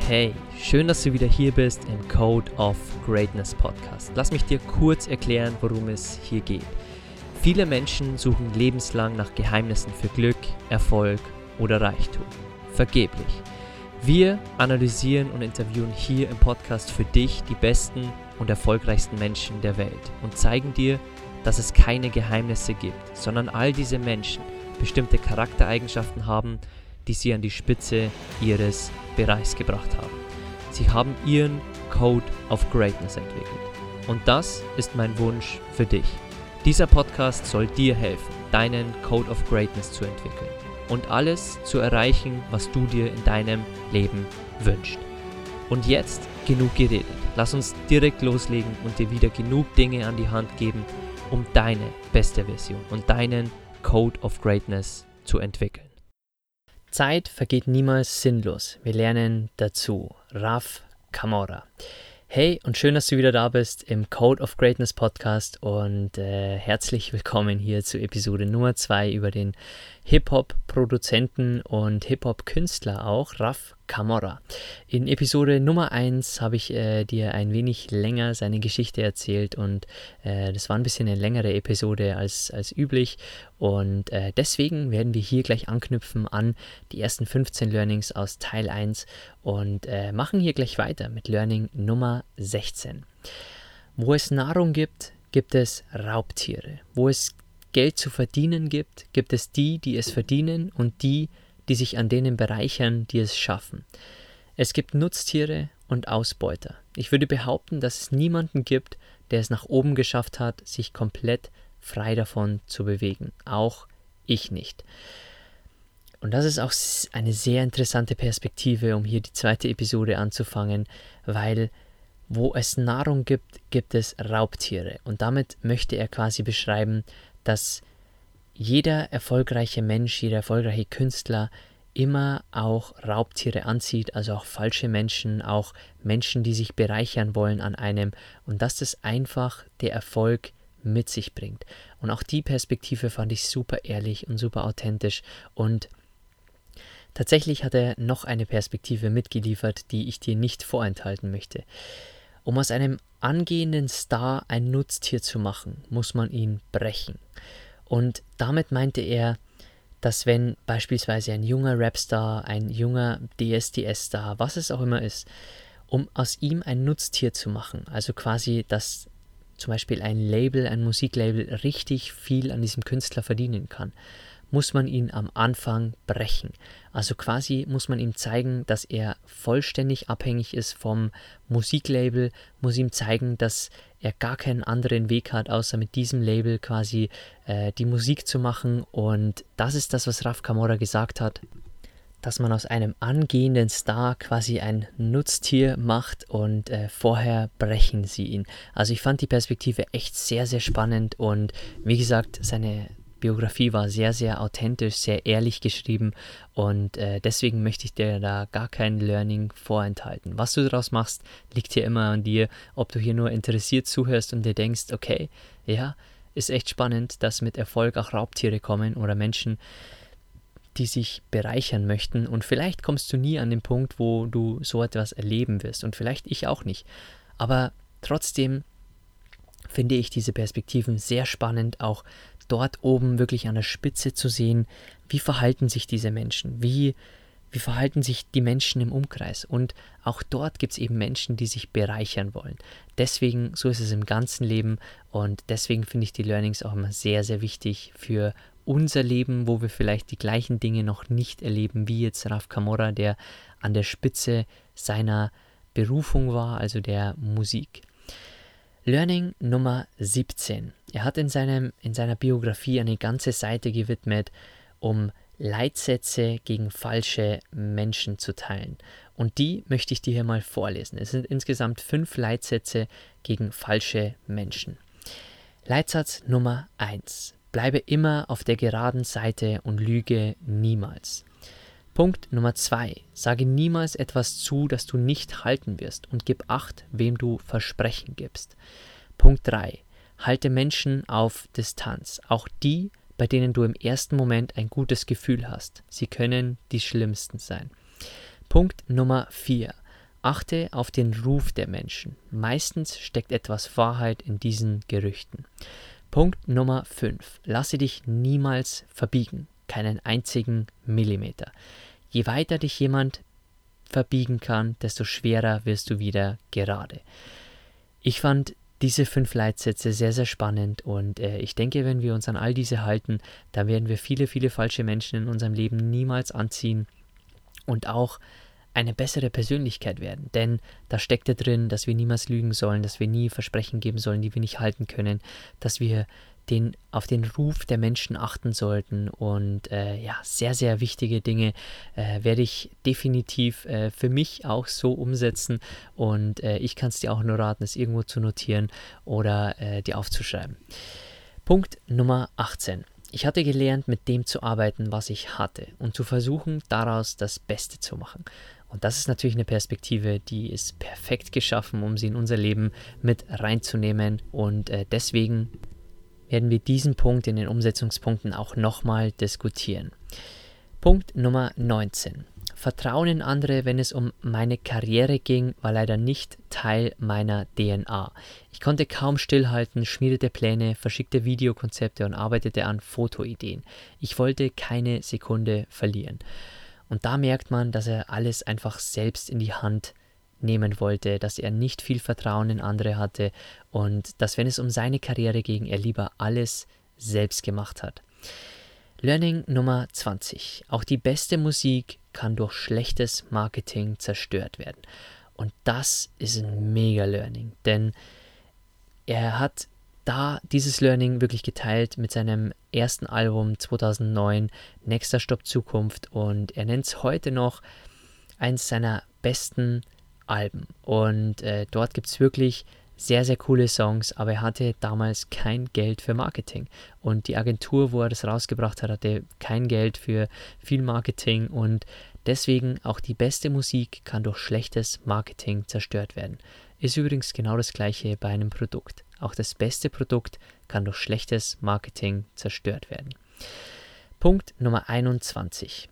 Hey, schön, dass du wieder hier bist im Code of Greatness Podcast. Lass mich dir kurz erklären, worum es hier geht. Viele Menschen suchen lebenslang nach Geheimnissen für Glück, Erfolg oder Reichtum. Vergeblich. Wir analysieren und interviewen hier im Podcast für dich die besten und erfolgreichsten Menschen der Welt und zeigen dir, dass es keine Geheimnisse gibt, sondern all diese Menschen bestimmte Charaktereigenschaften haben, die sie an die Spitze ihres Bereichs gebracht haben. Sie haben ihren Code of Greatness entwickelt. Und das ist mein Wunsch für dich. Dieser Podcast soll dir helfen, deinen Code of Greatness zu entwickeln und alles zu erreichen, was du dir in deinem Leben wünschst. Und jetzt genug geredet. Lass uns direkt loslegen und dir wieder genug Dinge an die Hand geben, um deine beste Version und deinen Code of Greatness zu entwickeln. Zeit vergeht niemals sinnlos. Wir lernen dazu. Raf Camora. Hey und schön, dass du wieder da bist im Code of Greatness Podcast und herzlich willkommen hier zu Episode Nummer 2 über den Hip-Hop-Produzenten und Hip-Hop-Künstler auch, Raf Camora. In Episode Nummer 1 habe ich dir ein wenig länger seine Geschichte erzählt und das war ein bisschen eine längere Episode als üblich und deswegen werden wir hier gleich anknüpfen an die ersten 15 Learnings aus Teil 1 und machen hier gleich weiter mit Learning Nummer 16. Wo es Nahrung gibt, gibt es Raubtiere. Wo es Geld zu verdienen gibt, gibt es die, die es verdienen und die sich an denen bereichern, die es schaffen. Es gibt Nutztiere und Ausbeuter. Ich würde behaupten, dass es niemanden gibt, der es nach oben geschafft hat, sich komplett frei davon zu bewegen. Auch ich nicht. Und das ist auch eine sehr interessante Perspektive, um hier die zweite Episode anzufangen, weil wo es Nahrung gibt, gibt es Raubtiere. Und damit möchte er quasi beschreiben, dass jeder erfolgreiche Mensch, jeder erfolgreiche Künstler immer auch Raubtiere anzieht, also auch falsche Menschen, auch Menschen, die sich bereichern wollen an einem und dass das einfach der Erfolg mit sich bringt. Und auch die Perspektive fand ich super ehrlich und super authentisch und tatsächlich hat er noch eine Perspektive mitgeliefert, die ich dir nicht vorenthalten möchte. Um aus einem angehenden Star ein Nutztier zu machen, muss man ihn brechen. Und damit meinte er, dass wenn beispielsweise ein junger Rapstar, ein junger DSDS-Star, was es auch immer ist, um aus ihm ein Nutztier zu machen, also quasi, dass zum Beispiel ein Label, ein Musiklabel richtig viel an diesem Künstler verdienen kann, muss man ihn am Anfang brechen. Also quasi muss man ihm zeigen, dass er vollständig abhängig ist vom Musiklabel, muss ihm zeigen, dass er gar keinen anderen Weg hat, außer mit diesem Label quasi die Musik zu machen. Und das ist das, was Raf Camora gesagt hat, dass man aus einem angehenden Star quasi ein Nutztier macht und vorher brechen sie ihn. Also ich fand die Perspektive echt sehr, sehr spannend und wie gesagt, seine Biografie war sehr, sehr authentisch, sehr ehrlich geschrieben und deswegen möchte ich dir da gar kein Learning vorenthalten. Was du daraus machst, liegt hier immer an dir, ob du hier nur interessiert zuhörst und dir denkst, okay, ja, ist echt spannend, dass mit Erfolg auch Raubtiere kommen oder Menschen, die sich bereichern möchten und vielleicht kommst du nie an den Punkt, wo du so etwas erleben wirst und vielleicht ich auch nicht, aber trotzdem finde ich diese Perspektiven sehr spannend, auch dort oben wirklich an der Spitze zu sehen, wie verhalten sich diese Menschen, wie verhalten sich die Menschen im Umkreis und auch dort gibt es eben Menschen, die sich bereichern wollen. Deswegen, so ist es im ganzen Leben und deswegen finde ich die Learnings auch immer sehr, sehr wichtig für unser Leben, wo wir vielleicht die gleichen Dinge noch nicht erleben, wie jetzt Raf Camora, der an der Spitze seiner Berufung war, also der Musik. Learning Nummer 17. Er hat in seiner Biografie eine ganze Seite gewidmet, um Leitsätze gegen falsche Menschen zu teilen. Und die möchte ich dir hier mal vorlesen. Es sind insgesamt 5 Leitsätze gegen falsche Menschen. Leitsatz Nummer 1. Bleibe immer auf der geraden Seite und lüge niemals. Punkt Nummer 2. Sage niemals etwas zu, das du nicht halten wirst und gib Acht, wem du Versprechen gibst. Punkt 3. Halte Menschen auf Distanz, auch die, bei denen du im ersten Moment ein gutes Gefühl hast. Sie können die schlimmsten sein. Punkt Nummer 4. Achte auf den Ruf der Menschen. Meistens steckt etwas Wahrheit in diesen Gerüchten. Punkt Nummer 5. Lasse dich niemals verbiegen. Keinen einzigen Millimeter. Je weiter dich jemand verbiegen kann, desto schwerer wirst du wieder gerade. Ich fand diese 5 Leitsätze sehr, sehr spannend und ich denke, wenn wir uns an all diese halten, dann werden wir viele, viele falsche Menschen in unserem Leben niemals anziehen und auch eine bessere Persönlichkeit werden. Denn da steckt ja drin, dass wir niemals lügen sollen, dass wir nie Versprechen geben sollen, die wir nicht halten können, dass wir auf den Ruf der Menschen achten sollten und sehr, sehr wichtige Dinge werde ich definitiv für mich auch so umsetzen und ich kann es dir auch nur raten, es irgendwo zu notieren oder dir aufzuschreiben. Punkt Nummer 18. Ich hatte gelernt, mit dem zu arbeiten, was ich hatte und zu versuchen, daraus das Beste zu machen. Und das ist natürlich eine Perspektive, die ist perfekt geschaffen, um sie in unser Leben mit reinzunehmen und deswegen werden wir diesen Punkt in den Umsetzungspunkten auch nochmal diskutieren. Punkt Nummer 19. Vertrauen in andere, wenn es um meine Karriere ging, war leider nicht Teil meiner DNA. Ich konnte kaum stillhalten, schmiedete Pläne, verschickte Videokonzepte und arbeitete an Fotoideen. Ich wollte keine Sekunde verlieren. Und da merkt man, dass er alles einfach selbst in die Hand nehmen wollte, dass er nicht viel Vertrauen in andere hatte und dass, wenn es um seine Karriere ging, er lieber alles selbst gemacht hat. Learning Nummer 20. Auch die beste Musik kann durch schlechtes Marketing zerstört werden. Und das ist ein mega Learning, denn er hat da dieses Learning wirklich geteilt mit seinem ersten Album 2009, Nächster Stopp Zukunft, und er nennt es heute noch eins seiner besten Alben und dort gibt es wirklich sehr, sehr coole Songs, aber er hatte damals kein Geld für Marketing und die Agentur, wo er das rausgebracht hat, hatte kein Geld für viel Marketing und deswegen auch die beste Musik kann durch schlechtes Marketing zerstört werden. Ist übrigens genau das gleiche bei einem Produkt. Auch das beste Produkt kann durch schlechtes Marketing zerstört werden. Punkt Nummer 21.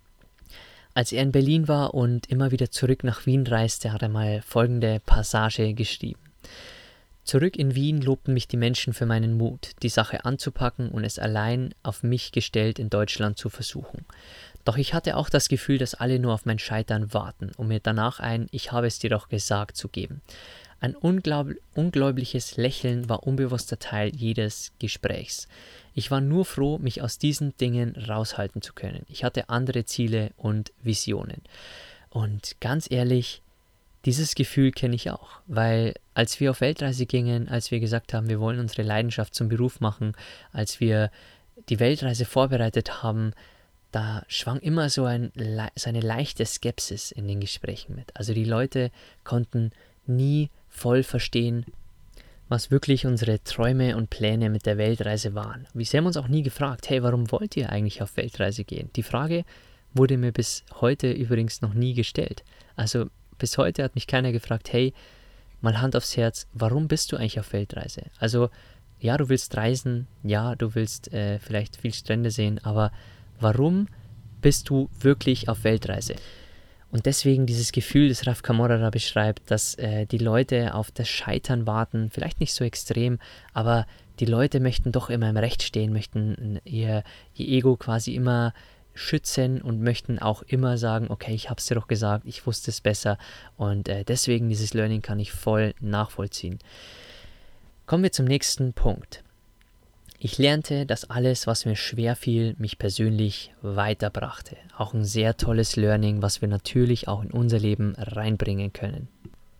Als er in Berlin war und immer wieder zurück nach Wien reiste, hat er mal folgende Passage geschrieben. Zurück in Wien lobten mich die Menschen für meinen Mut, die Sache anzupacken und es allein auf mich gestellt in Deutschland zu versuchen. Doch ich hatte auch das Gefühl, dass alle nur auf mein Scheitern warten, um mir danach ein "Ich habe es dir doch gesagt" zu geben. Ein ungläubiges Lächeln war unbewusster Teil jedes Gesprächs. Ich war nur froh, mich aus diesen Dingen raushalten zu können. Ich hatte andere Ziele und Visionen. Und ganz ehrlich, dieses Gefühl kenne ich auch, weil als wir auf Weltreise gingen, als wir gesagt haben, wir wollen unsere Leidenschaft zum Beruf machen, als wir die Weltreise vorbereitet haben, da schwang immer so eine leichte Skepsis in den Gesprächen mit. Also die Leute konnten nie voll verstehen, was wirklich unsere Träume und Pläne mit der Weltreise waren. Sie haben uns auch nie gefragt, hey, warum wollt ihr eigentlich auf Weltreise gehen? Die Frage wurde mir bis heute übrigens noch nie gestellt. Also bis heute hat mich keiner gefragt, hey, mal Hand aufs Herz, warum bist du eigentlich auf Weltreise? Also ja, du willst reisen, ja, du willst vielleicht viel Strände sehen, aber warum bist du wirklich auf Weltreise? Und deswegen dieses Gefühl, das Raf Camora da beschreibt, dass die Leute auf das Scheitern warten, vielleicht nicht so extrem, aber die Leute möchten doch immer im Recht stehen, möchten ihr Ego quasi immer schützen und möchten auch immer sagen, okay, ich habe es dir doch gesagt, ich wusste es besser und deswegen dieses Learning kann ich voll nachvollziehen. Kommen wir zum nächsten Punkt. Ich lernte, dass alles, was mir schwer fiel, mich persönlich weiterbrachte. Auch ein sehr tolles Learning, was wir natürlich auch in unser Leben reinbringen können.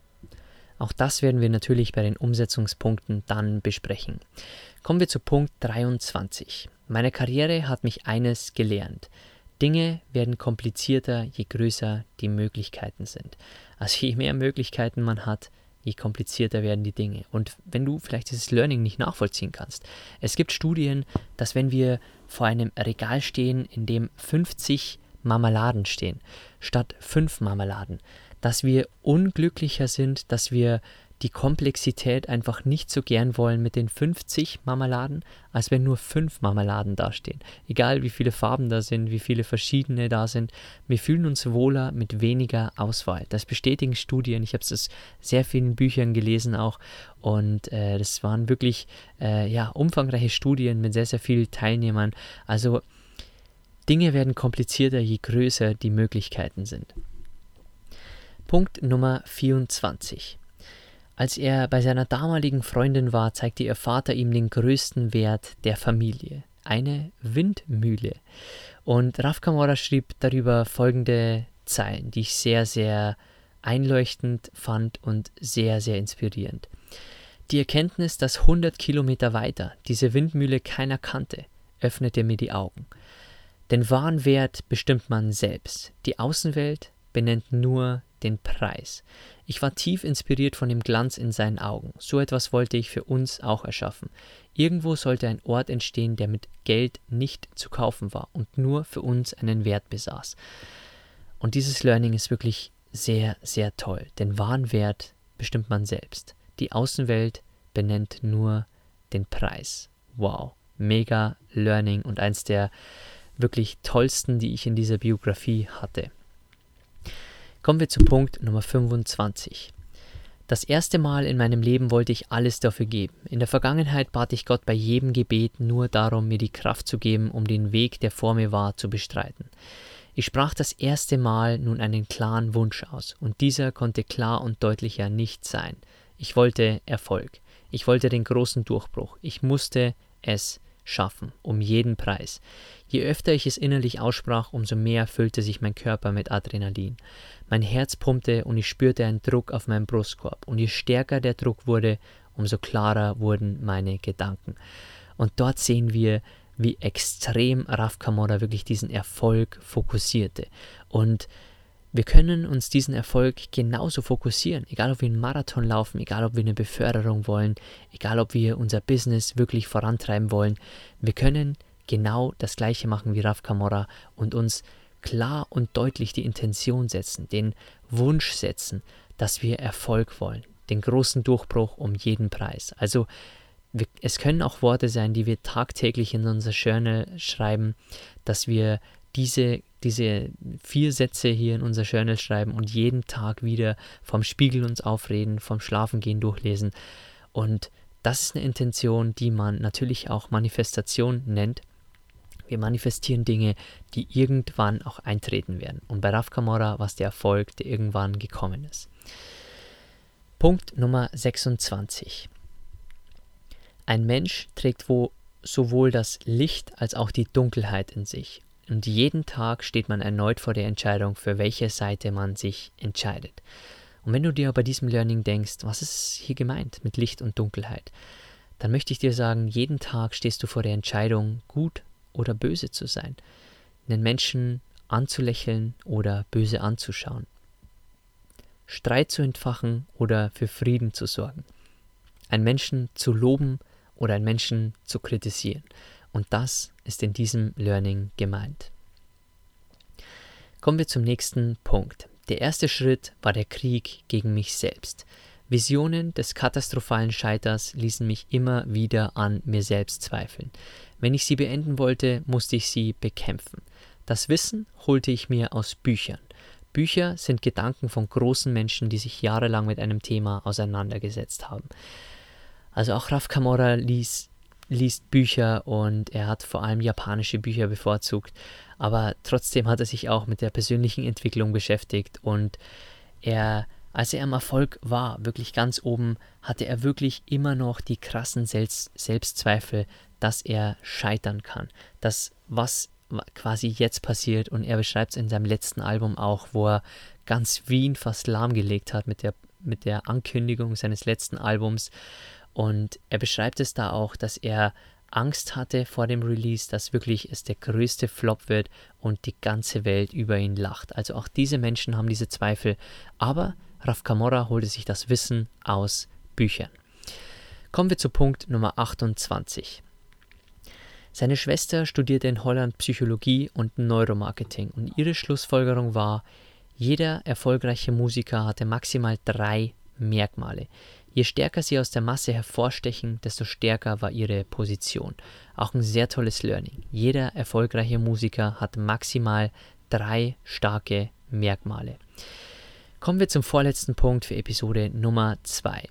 Auch das werden wir natürlich bei den Umsetzungspunkten dann besprechen. Kommen wir zu Punkt 23. Meine Karriere hat mich eines gelernt. Dinge werden komplizierter, je größer die Möglichkeiten sind. Also je mehr Möglichkeiten man hat, je komplizierter werden die Dinge. Und wenn du vielleicht dieses Learning nicht nachvollziehen kannst, es gibt Studien, dass wenn wir vor einem Regal stehen, in dem 50 Marmeladen stehen, statt 5 Marmeladen, dass wir unglücklicher sind, dass wir die Komplexität einfach nicht so gern wollen mit den 50 Marmeladen, als wenn nur 5 Marmeladen dastehen. Egal wie viele Farben da sind, wie viele verschiedene da sind, wir fühlen uns wohler mit weniger Auswahl. Das bestätigen Studien, ich habe es aus sehr vielen Büchern gelesen auch und das waren wirklich umfangreiche Studien mit sehr, sehr vielen Teilnehmern. Also Dinge werden komplizierter, je größer die Möglichkeiten sind. Punkt Nummer 24. Als er bei seiner damaligen Freundin war, zeigte ihr Vater ihm den größten Wert der Familie, eine Windmühle. Und Rav Kamora schrieb darüber folgende Zeilen, die ich sehr, sehr einleuchtend fand und sehr, sehr inspirierend. Die Erkenntnis, dass 100 Kilometer weiter diese Windmühle keiner kannte, öffnete mir die Augen. Den wahren Wert bestimmt man selbst. Die Außenwelt benennt nur den Preis. Ich war tief inspiriert von dem Glanz in seinen Augen. So etwas wollte ich für uns auch erschaffen. Irgendwo sollte ein Ort entstehen, der mit Geld nicht zu kaufen war und nur für uns einen Wert besaß. Und dieses Learning ist wirklich sehr, sehr toll. Den wahren Wert bestimmt man selbst. Die Außenwelt benennt nur den Preis. Wow, mega Learning und eins der wirklich tollsten, die ich in dieser Biografie hatte. Kommen wir zu Punkt Nummer 25. Das erste Mal in meinem Leben wollte ich alles dafür geben. In der Vergangenheit bat ich Gott bei jedem Gebet nur darum, mir die Kraft zu geben, um den Weg, der vor mir war, zu bestreiten. Ich sprach das erste Mal nun einen klaren Wunsch aus, und dieser konnte klar und deutlicher nicht sein. Ich wollte Erfolg. Ich wollte den großen Durchbruch. Ich musste es schaffen, um jeden Preis. Je öfter ich es innerlich aussprach, umso mehr füllte sich mein Körper mit Adrenalin. Mein Herz pumpte und ich spürte einen Druck auf meinem Brustkorb. Und je stärker der Druck wurde, umso klarer wurden meine Gedanken. Und dort sehen wir, wie extrem Rav Kamora wirklich diesen Erfolg fokussierte. Und wir können uns diesen Erfolg genauso fokussieren, egal ob wir einen Marathon laufen, egal ob wir eine Beförderung wollen, egal ob wir unser Business wirklich vorantreiben wollen. Wir können genau das Gleiche machen wie Rav Kamora und uns klar und deutlich die Intention setzen, den Wunsch setzen, dass wir Erfolg wollen, den großen Durchbruch um jeden Preis. Also es können auch Worte sein, die wir tagtäglich in unser Journal schreiben, dass wir diese 4 Sätze hier in unser Journal schreiben und jeden Tag wieder vom Spiegel uns aufreden, vom Schlafengehen durchlesen. Und das ist eine Intention, die man natürlich auch Manifestation nennt. Wir manifestieren Dinge, die irgendwann auch eintreten werden. Und bei Rav Kamora war es der Erfolg, der irgendwann gekommen ist. Punkt Nummer 26. Ein Mensch trägt sowohl das Licht als auch die Dunkelheit in sich. Und jeden Tag steht man erneut vor der Entscheidung, für welche Seite man sich entscheidet. Und wenn du dir bei diesem Learning denkst, was ist hier gemeint mit Licht und Dunkelheit, dann möchte ich dir sagen, jeden Tag stehst du vor der Entscheidung, gut oder böse zu sein, einen Menschen anzulächeln oder böse anzuschauen, Streit zu entfachen oder für Frieden zu sorgen, einen Menschen zu loben oder einen Menschen zu kritisieren. Und das ist in diesem Learning gemeint. Kommen wir zum nächsten Punkt. Der erste Schritt war der Krieg gegen mich selbst. Visionen des katastrophalen Scheiters ließen mich immer wieder an mir selbst zweifeln. Wenn ich sie beenden wollte, musste ich sie bekämpfen. Das Wissen holte ich mir aus Büchern. Bücher sind Gedanken von großen Menschen, die sich jahrelang mit einem Thema auseinandergesetzt haben. Also auch Rav Kamora liest Bücher und er hat vor allem japanische Bücher bevorzugt, aber trotzdem hat er sich auch mit der persönlichen Entwicklung beschäftigt und als er am Erfolg war, wirklich ganz oben, hatte er wirklich immer noch die krassen Selbstzweifel, dass er scheitern kann, dass was quasi jetzt passiert, und er beschreibt es in seinem letzten Album auch, wo er ganz Wien fast lahmgelegt hat mit der Ankündigung seines letzten Albums. Und er beschreibt es da auch, dass er Angst hatte vor dem Release, dass wirklich es der größte Flop wird und die ganze Welt über ihn lacht. Also auch diese Menschen haben diese Zweifel. Aber Rav Kamora holte sich das Wissen aus Büchern. Kommen wir zu Punkt Nummer 28. Seine Schwester studierte in Holland Psychologie und Neuromarketing und ihre Schlussfolgerung war, jeder erfolgreiche Musiker hatte maximal 3 Merkmale. Je stärker sie aus der Masse hervorstechen, desto stärker war ihre Position. Auch ein sehr tolles Learning. Jeder erfolgreiche Musiker hat maximal 3 starke Merkmale. Kommen wir zum vorletzten Punkt für Episode Nummer 2.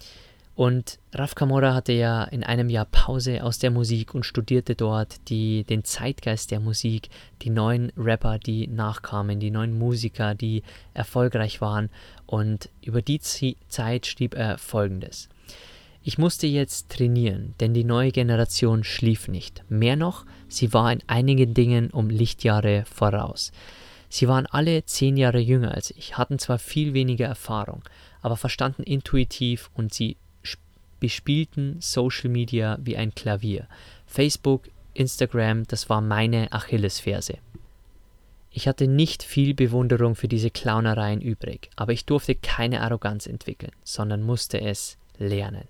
Und Raf Camora hatte ja in einem Jahr Pause aus der Musik und studierte dort den Zeitgeist der Musik, die neuen Rapper, die nachkamen, die neuen Musiker, die erfolgreich waren. Und über die Zeit schrieb er Folgendes: Ich musste jetzt trainieren, denn die neue Generation schlief nicht. Mehr noch, sie war in einigen Dingen um Lichtjahre voraus. Sie waren alle 10 Jahre jünger als ich, hatten zwar viel weniger Erfahrung, aber verstanden intuitiv und sie bespielten Social Media wie ein Klavier. Facebook, Instagram, das war meine Achillesferse. Ich hatte nicht viel Bewunderung für diese Clownereien übrig, aber ich durfte keine Arroganz entwickeln, sondern musste es lernen.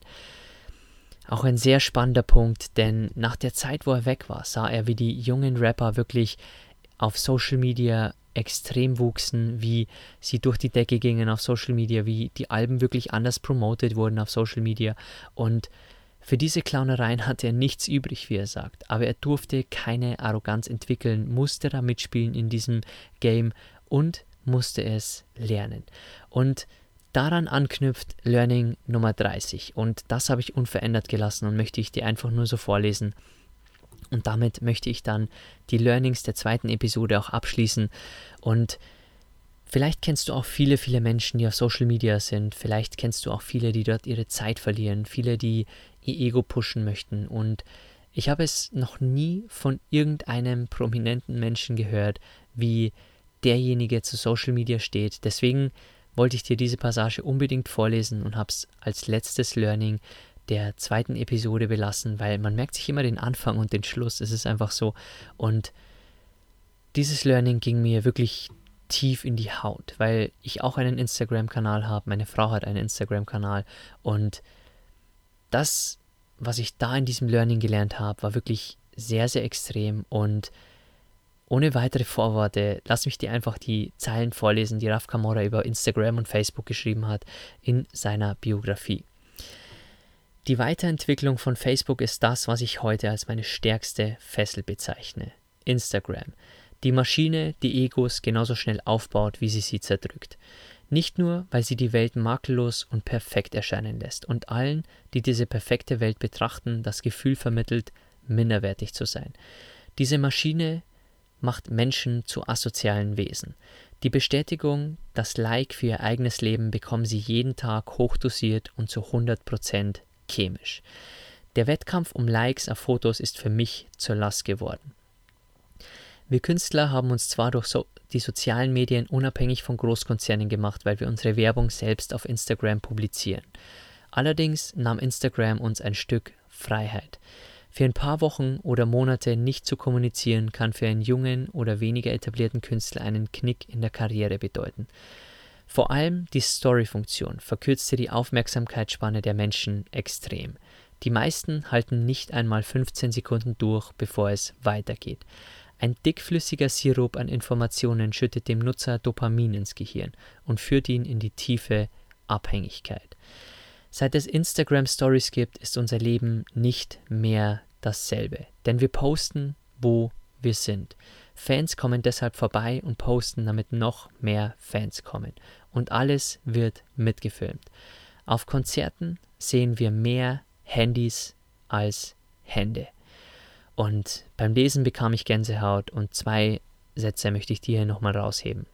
Auch ein sehr spannender Punkt, denn nach der Zeit, wo er weg war, sah er, wie die jungen Rapper wirklich auf Social Media extrem wuchsen, wie sie durch die Decke gingen auf Social Media, wie die Alben wirklich anders promoted wurden auf Social Media, und für diese Clownereien hatte er nichts übrig, wie er sagt, aber er durfte keine Arroganz entwickeln, musste da mitspielen in diesem Game und musste es lernen. Und daran anknüpft Learning Nummer 30 und das habe ich unverändert gelassen und möchte ich dir einfach nur so vorlesen. Und damit möchte ich dann die Learnings der 2. Episode auch abschließen. Und vielleicht kennst du auch viele, viele Menschen, die auf Social Media sind. Vielleicht kennst du auch viele, die dort ihre Zeit verlieren. Viele, die ihr Ego pushen möchten. Und ich habe es noch nie von irgendeinem prominenten Menschen gehört, wie derjenige zu Social Media steht. Deswegen wollte ich dir diese Passage unbedingt vorlesen und habe es als letztes Learning der 2. Episode belassen, weil man merkt sich immer den Anfang und den Schluss, es ist einfach so. Und dieses Learning ging mir wirklich tief in die Haut, weil ich auch einen Instagram-Kanal habe, meine Frau hat einen Instagram-Kanal und das, was ich da in diesem Learning gelernt habe, war wirklich sehr, sehr extrem und ohne weitere Vorworte, lass mich dir einfach die Zeilen vorlesen, die Raf Camora über Instagram und Facebook geschrieben hat in seiner Biografie. Die Weiterentwicklung von Facebook ist das, was ich heute als meine stärkste Fessel bezeichne. Instagram. Die Maschine, die Egos genauso schnell aufbaut, wie sie zerdrückt. Nicht nur, weil sie die Welt makellos und perfekt erscheinen lässt und allen, die diese perfekte Welt betrachten, das Gefühl vermittelt, minderwertig zu sein. Diese Maschine macht Menschen zu asozialen Wesen. Die Bestätigung, das Like für ihr eigenes Leben bekommen sie jeden Tag hochdosiert und zu 100% chemisch. Der Wettkampf um Likes auf Fotos ist für mich zur Last geworden. Wir Künstler haben uns zwar durch die sozialen Medien unabhängig von Großkonzernen gemacht, weil wir unsere Werbung selbst auf Instagram publizieren. Allerdings nahm Instagram uns ein Stück Freiheit. Für ein paar Wochen oder Monate nicht zu kommunizieren, kann für einen jungen oder weniger etablierten Künstler einen Knick in der Karriere bedeuten. Vor allem die Story-Funktion verkürzte die Aufmerksamkeitsspanne der Menschen extrem. Die meisten halten nicht einmal 15 Sekunden durch, bevor es weitergeht. Ein dickflüssiger Sirup an Informationen schüttet dem Nutzer Dopamin ins Gehirn und führt ihn in die tiefe Abhängigkeit. Seit es Instagram Stories gibt, ist unser Leben nicht mehr dasselbe, denn wir posten, wo wir sind. Fans kommen deshalb vorbei und posten, damit noch mehr Fans kommen. Und alles wird mitgefilmt. Auf Konzerten sehen wir mehr Handys als Hände. Und beim Lesen bekam ich Gänsehaut und 2 Sätze möchte ich dir hier nochmal rausheben.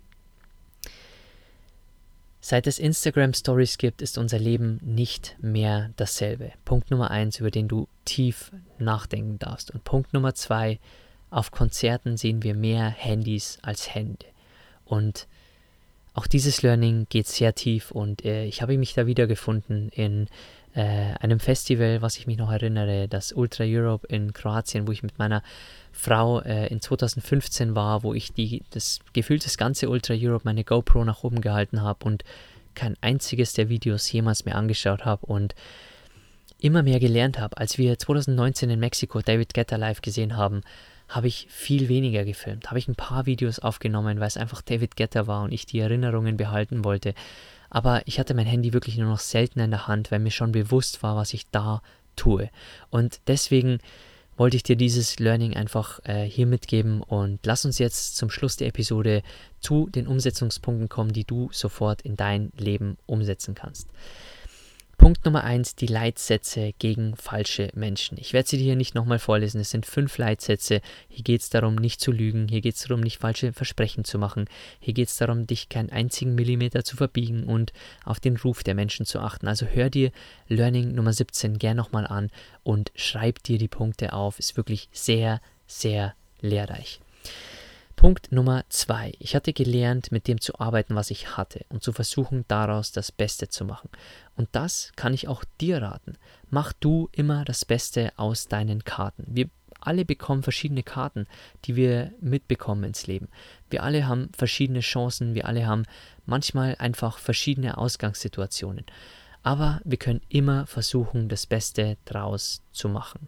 Seit es Instagram Stories gibt, ist unser Leben nicht mehr dasselbe. Punkt Nummer 1, über den du tief nachdenken darfst. Und Punkt Nummer 2, auf Konzerten sehen wir mehr Handys als Hände. Und auch dieses Learning geht sehr tief und ich habe mich da wiedergefunden in einem Festival, was ich mich noch erinnere, das Ultra Europe in Kroatien, wo ich mit meiner Frau in 2015 war, wo ich gefühlt das ganze Ultra Europe meine GoPro nach oben gehalten habe und kein einziges der Videos jemals mehr angeschaut habe und immer mehr gelernt habe. Als wir 2019 in Mexiko David Guetta live gesehen haben, habe ich viel weniger gefilmt, habe ich ein paar Videos aufgenommen, weil es einfach David Guetta war und ich die Erinnerungen behalten wollte. aber ich hatte mein Handy wirklich nur noch selten in der Hand, weil mir schon bewusst war, was ich da tue. Und deswegen wollte ich dir dieses Learning einfach hier mitgeben und lass uns jetzt zum Schluss der Episode zu den Umsetzungspunkten kommen, die du sofort in dein Leben umsetzen kannst. Punkt Nummer 1, die Leitsätze gegen falsche Menschen. Ich werde sie dir hier nicht nochmal vorlesen, es sind 5 Leitsätze. Hier geht es darum, nicht zu lügen, hier geht es darum, nicht falsche Versprechen zu machen, hier geht es darum, dich keinen einzigen Millimeter zu verbiegen und auf den Ruf der Menschen zu achten. Also hör dir Learning Nummer 17 gern nochmal an und schreib dir die Punkte auf, ist wirklich sehr, sehr lehrreich. Punkt Nummer 2. Ich hatte gelernt, mit dem zu arbeiten, was ich hatte und zu versuchen, daraus das Beste zu machen. Und das kann ich auch dir raten. Mach du immer das Beste aus deinen Karten. Wir alle bekommen verschiedene Karten, die wir mitbekommen ins Leben. Wir alle haben verschiedene Chancen, wir alle haben manchmal einfach verschiedene Ausgangssituationen. Aber wir können immer versuchen, das Beste draus zu machen.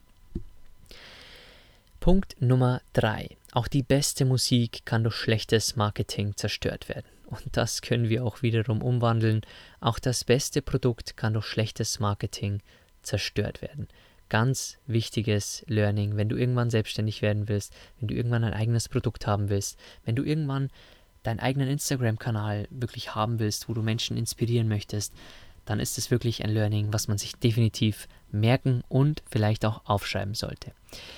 Punkt Nummer 3. Auch die beste Musik kann durch schlechtes Marketing zerstört werden. Und das können wir auch wiederum umwandeln. Auch das beste Produkt kann durch schlechtes Marketing zerstört werden. Ganz wichtiges Learning, wenn du irgendwann selbstständig werden willst, wenn du irgendwann ein eigenes Produkt haben willst, wenn du irgendwann deinen eigenen Instagram-Kanal wirklich haben willst, wo du Menschen inspirieren möchtest, dann ist es wirklich ein Learning, was man sich definitiv merken und vielleicht auch aufschreiben sollte.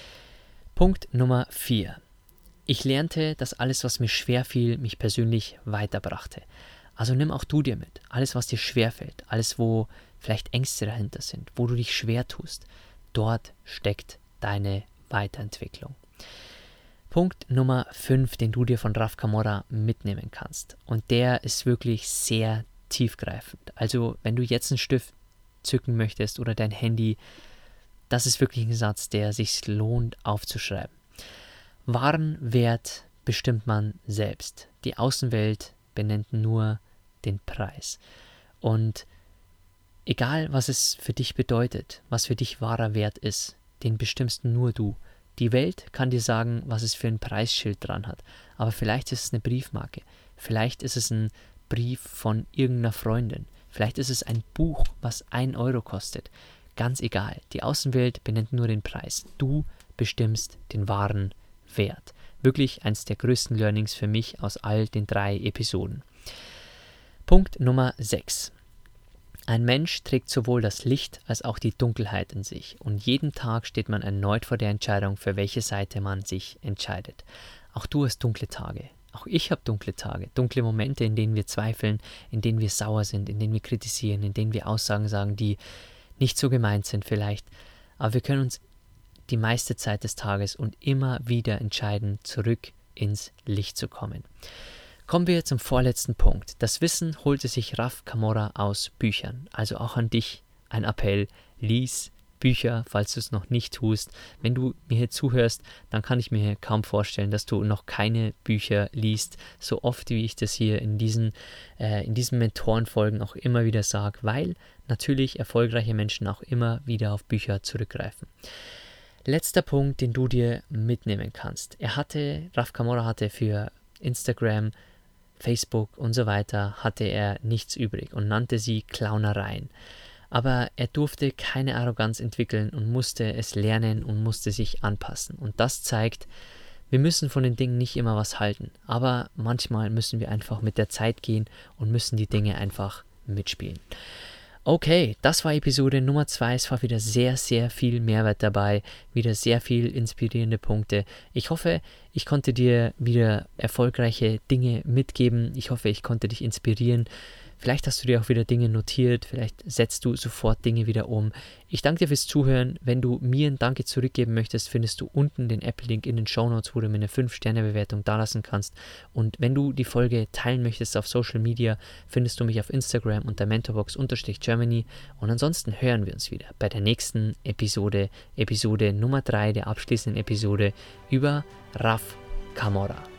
Punkt Nummer 4. Ich lernte, dass alles, was mir schwer fiel, mich persönlich weiterbrachte. Also nimm auch du dir mit. Alles, was dir schwerfällt, alles, wo vielleicht Ängste dahinter sind, wo du dich schwer tust, dort steckt deine Weiterentwicklung. Punkt Nummer 5, den du dir von Raf Camora mitnehmen kannst. Und der ist wirklich sehr tiefgreifend. Also wenn du jetzt einen Stift zücken möchtest oder dein Handy, das ist wirklich ein Satz, der sich lohnt aufzuschreiben. Wahren Wert bestimmt man selbst. Die Außenwelt benennt nur den Preis. Und egal, was es für dich bedeutet, was für dich wahrer Wert ist, den bestimmst nur du. Die Welt kann dir sagen, was es für ein Preisschild dran hat. Aber vielleicht ist es eine Briefmarke. Vielleicht ist es ein Brief von irgendeiner Freundin. Vielleicht ist es ein Buch, was 1 Euro kostet. Ganz egal. Die Außenwelt benennt nur den Preis. Du bestimmst den wahren Wert. Wirklich eines der größten Learnings für mich aus all den 3 Episoden. Punkt Nummer 6. Ein Mensch trägt sowohl das Licht als auch die Dunkelheit in sich und jeden Tag steht man erneut vor der Entscheidung, für welche Seite man sich entscheidet. Auch du hast dunkle Tage. Auch ich habe dunkle Tage, dunkle Momente, in denen wir zweifeln, in denen wir sauer sind, in denen wir kritisieren, in denen wir Aussagen sagen, die nicht so gemeint sind vielleicht. Aber wir können uns die meiste Zeit des Tages und immer wieder entscheiden, zurück ins Licht zu kommen. Kommen wir zum vorletzten Punkt. Das Wissen holte sich Raf Camora aus Büchern. Also auch an dich ein Appell, lies Bücher, falls du es noch nicht tust. Wenn du mir hier zuhörst, dann kann ich mir kaum vorstellen, dass du noch keine Bücher liest, so oft wie ich das hier in diesen Mentorenfolgen auch immer wieder sage, weil natürlich erfolgreiche Menschen auch immer wieder auf Bücher zurückgreifen. Letzter Punkt, den du dir mitnehmen kannst. Raf Camora hatte für Instagram, Facebook und so weiter, hatte er nichts übrig und nannte sie Clownereien. Aber er durfte keine Arroganz entwickeln und musste es lernen und musste sich anpassen. Und das zeigt, wir müssen von den Dingen nicht immer was halten, aber manchmal müssen wir einfach mit der Zeit gehen und müssen die Dinge einfach mitspielen. Okay, das war Episode Nummer 2. Es war wieder sehr, sehr viel Mehrwert dabei, wieder sehr viel inspirierende Punkte. Ich hoffe, ich konnte dir wieder erfolgreiche Dinge mitgeben. Ich hoffe, ich konnte dich inspirieren. Vielleicht hast du dir auch wieder Dinge notiert, vielleicht setzt du sofort Dinge wieder um. Ich danke dir fürs Zuhören. Wenn du mir ein Danke zurückgeben möchtest, findest du unten den Apple-Link in den Shownotes, wo du mir eine 5-Sterne-Bewertung dalassen kannst. Und wenn du die Folge teilen möchtest auf Social Media, findest du mich auf Instagram unter mentorbox_Germany. Und ansonsten hören wir uns wieder bei der nächsten Episode Nummer 3 der abschließenden Episode über Raf Camora.